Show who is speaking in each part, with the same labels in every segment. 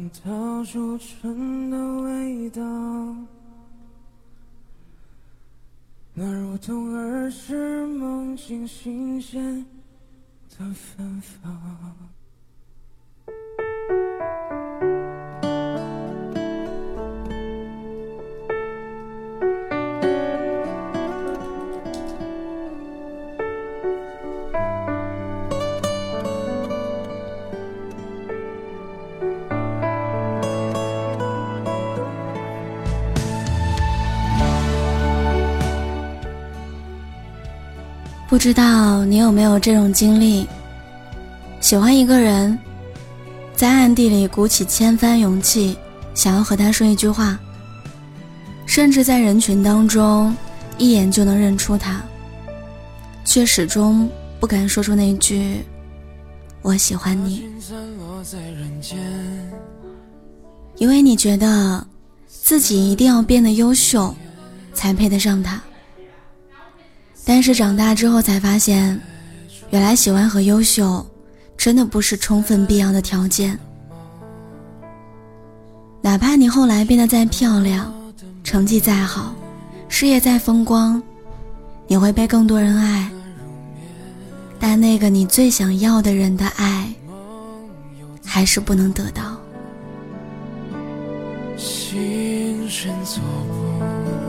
Speaker 1: 到初春的味道，那如同儿时梦境新鲜的芬芳。
Speaker 2: 不知道你有没有这种经历，喜欢一个人，在暗地里鼓起千番勇气想要和他说一句话，甚至在人群当中一眼就能认出他，却始终不敢说出那句我喜欢你，因为你觉得自己一定要变得优秀才配得上他。但是长大之后才发现，原来喜欢和优秀真的不是充分必要的条件。哪怕你后来变得再漂亮，成绩再好，事业再风光，你会被更多人爱，但那个你最想要的人的爱还是不能得到。
Speaker 1: 心神作步，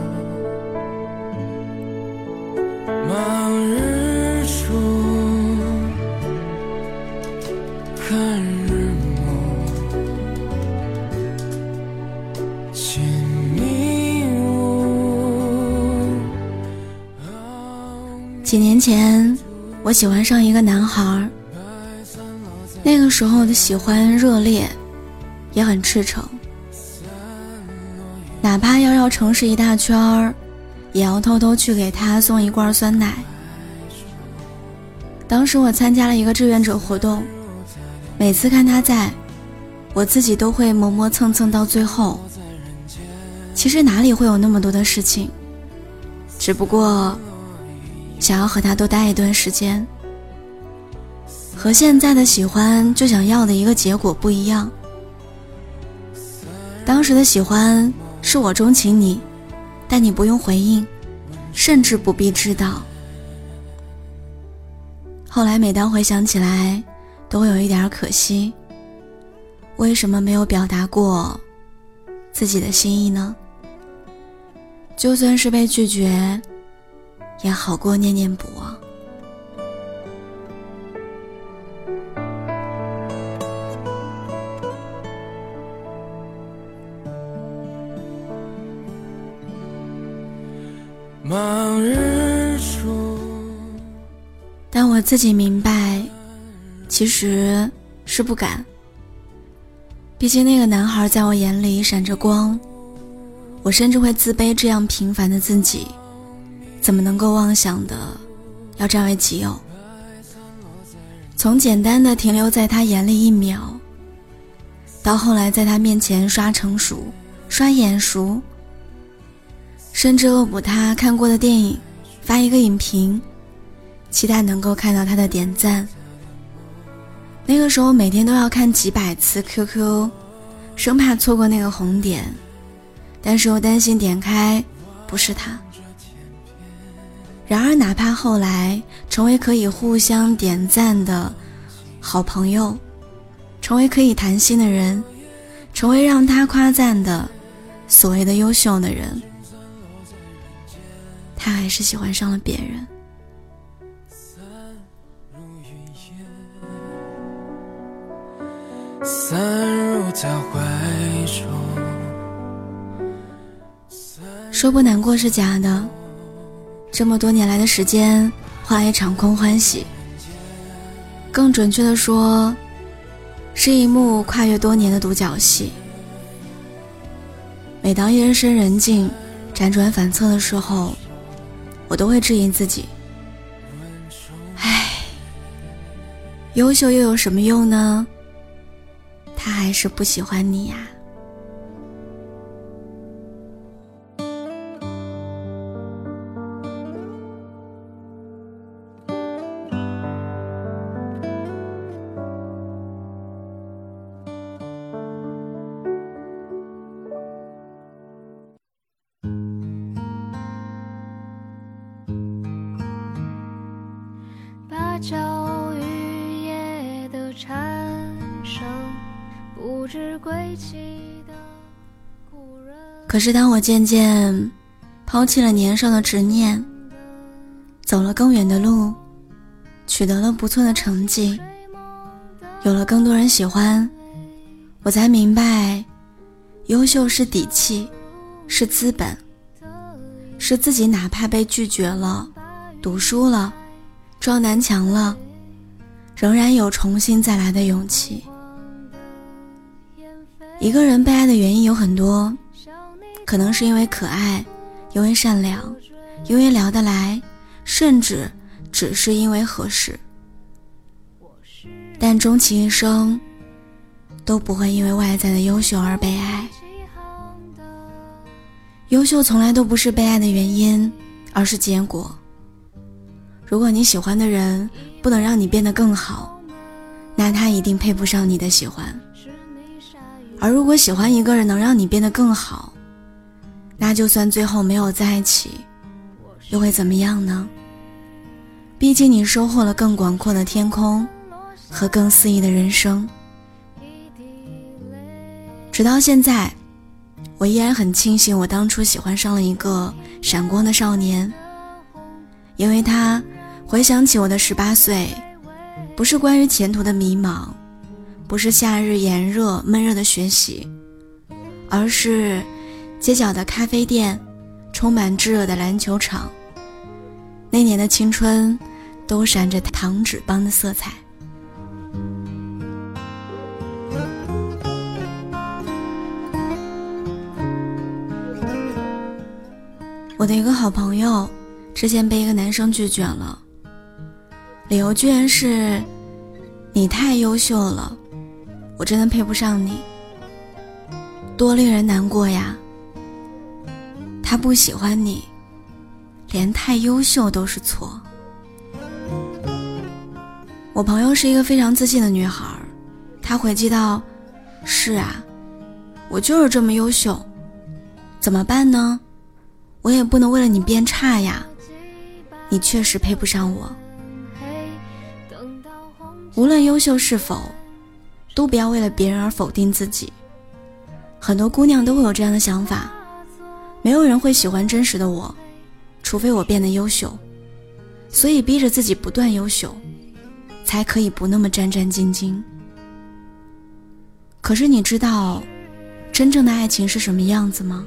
Speaker 1: 望日出，看日暮，见迷雾。
Speaker 2: 几年前我喜欢上一个男孩，那个时候的喜欢热烈也很赤诚，哪怕要绕城市一大圈儿，也要偷偷去给他送一罐酸奶。当时我参加了一个志愿者活动，每次看他在，我自己都会磨磨蹭蹭到最后。其实哪里会有那么多的事情，只不过想要和他多待一段时间。和现在的喜欢就想要的一个结果不一样。当时的喜欢是我钟情你，但你不用回应，甚至不必知道。后来每当回想起来，都会有一点可惜，为什么没有表达过自己的心意呢？就算是被拒绝，也好过念念不忘。
Speaker 1: 望日出，
Speaker 2: 但我自己明白，其实是不敢。毕竟那个男孩在我眼里闪着光，我甚至会自卑这样平凡的自己，怎么能够妄想的要占为己有。从简单的停留在他眼里一秒，到后来在他面前刷成熟、刷眼熟，甚至恶补他看过的电影，发一个影评，期待能够看到他的点赞。那个时候每天都要看几百次 QQ， 生怕错过那个红点，但是又担心点开不是他。然而哪怕后来成为可以互相点赞的好朋友，成为可以谈心的人，成为让他夸赞的所谓的优秀的人，他还是喜欢上了别人。
Speaker 1: 散入在怀中，
Speaker 2: 说不难过是假的，这么多年来的时间化一场空欢喜，更准确的说，是一幕跨越多年的独角戏。每当夜深人静辗转反侧的时候，我都会质疑自己，优秀又有什么用呢？他还是不喜欢你呀。 可是当我渐渐抛弃了年少的执念，走了更远的路，取得了不错的成绩，有了更多人喜欢，我才明白，优秀是底气，是资本，是自己哪怕被拒绝了，读书了，撞南墙了，仍然有重新再来的勇气。一个人被爱的原因有很多，可能是因为可爱，因为善良，因为聊得来，甚至只是因为合适。但终其一生都不会因为外在的优秀而被爱。优秀从来都不是被爱的原因，而是结果。如果你喜欢的人不能让你变得更好，那他一定配不上你的喜欢。而如果喜欢一个人能让你变得更好，那就算最后没有在一起，又会怎么样呢？毕竟你收获了更广阔的天空和更肆意的人生。直到现在，我依然很庆幸我当初喜欢上了一个闪光的少年，因为他回想起我的18岁，不是关于前途的迷茫，不是夏日炎热闷热的学习，而是街角的咖啡店，充满炙热的篮球场。那年的青春都闪着糖纸般的色彩。我的一个好朋友之前被一个男生拒绝了，理由居然是你太优秀了，我真的配不上你。多令人难过呀，他不喜欢你，连太优秀都是错。我朋友是一个非常自信的女孩，她回击道，是啊，我就是这么优秀，怎么办呢？我也不能为了你变差呀，你确实配不上我。无论优秀是否，都不要为了别人而否定自己。很多姑娘都会有这样的想法，没有人会喜欢真实的我，除非我变得优秀，所以逼着自己不断优秀，才可以不那么战战兢兢。可是你知道真正的爱情是什么样子吗？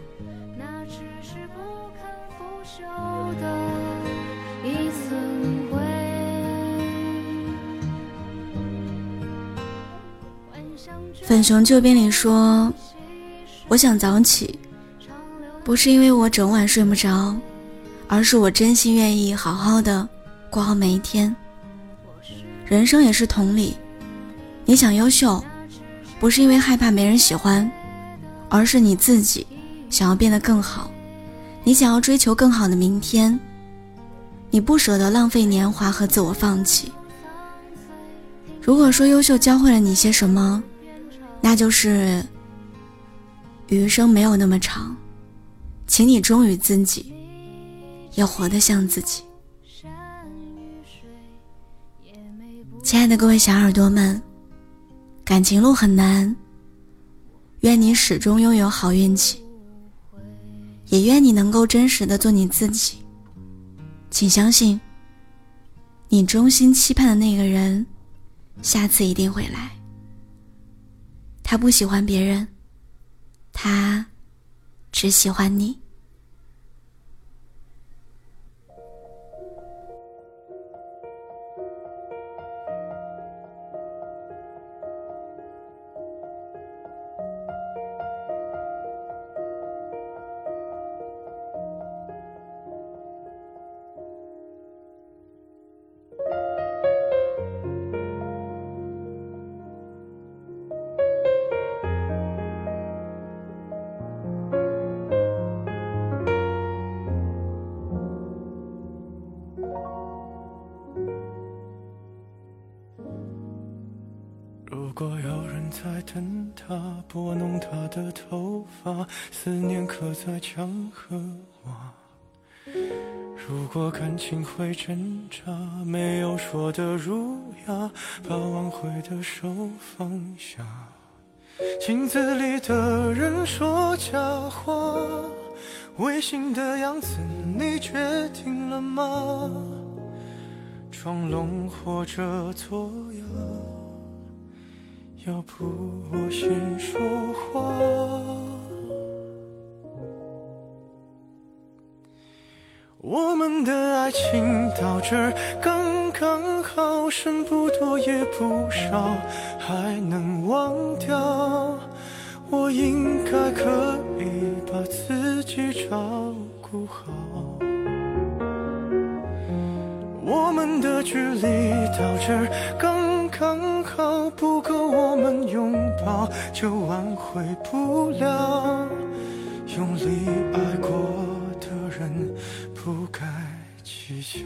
Speaker 2: 粉熊旧编里说，我想早起，不是因为我整晚睡不着，而是我真心愿意好好的过好每一天。人生也是同理，你想优秀，不是因为害怕没人喜欢，而是你自己想要变得更好，你想要追求更好的明天，你不舍得浪费年华和自我放弃。如果说优秀教会了你些什么，那就是余生没有那么长，请你忠于自己，要活得像自己。亲爱的各位小耳朵们，感情路很难，愿你始终拥有好运气，也愿你能够真实的做你自己。请相信，你衷心期盼的那个人，下次一定会来。他不喜欢别人，他只喜欢你。
Speaker 1: 如果有人在等他，拨弄他的头发，思念刻在墙和瓦。如果感情会挣扎，没有说的儒雅，把挽回的手放下。 镜子里的人说假话，违心的样子你决定了吗？装聋或者作哑，要不我先说话。我们的爱情到这儿刚刚好，剩不多也不少，还能忘掉。我应该可以把自己照顾好。我们的距离到这儿刚刚好，不够我们拥抱，就挽回不了。用力爱过的人不该计较。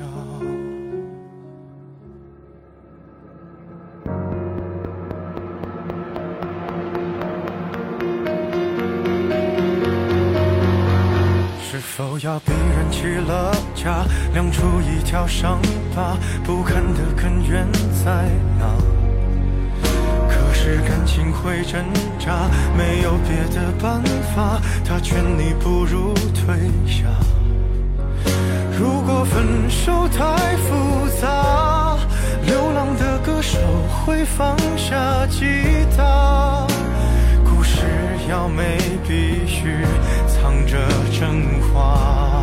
Speaker 1: 是否要逼人起了家，亮出一条伤疤，不堪的根源在哪？可是感情会挣扎，没有别的办法，他劝你不如退下。如果分手太复杂，流浪的歌手会放下吉他，故事要美必须藏着真话。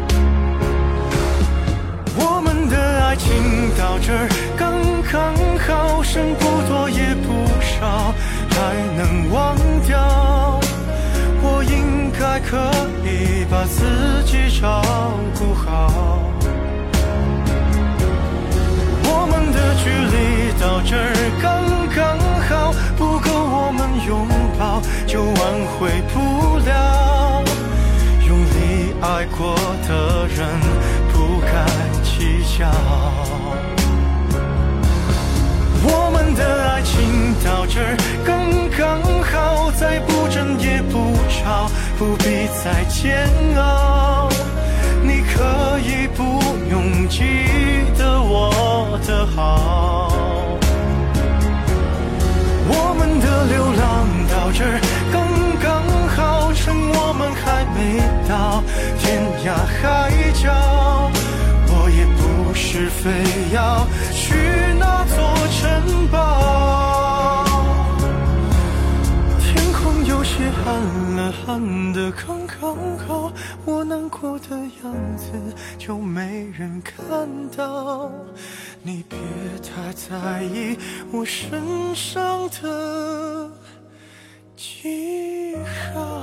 Speaker 1: 我们的爱情到这儿刚刚好，剩不多也不少，还能忘掉。我应该可以把自己照顾好。我们的距离到这儿刚刚好，不够我们拥抱，就挽回不了。用力爱过的人不该计较。我们的爱情到这儿刚刚好，再不争也不吵，不必再煎熬。你可以不用记得我的好。我们的流浪到这儿刚刚好，趁我们还没到天涯海角。我也不是非要去那座城堡。天空有些暗了，暗得刚刚好，我难过的样子就没人看到。你别太在意我身上的记号。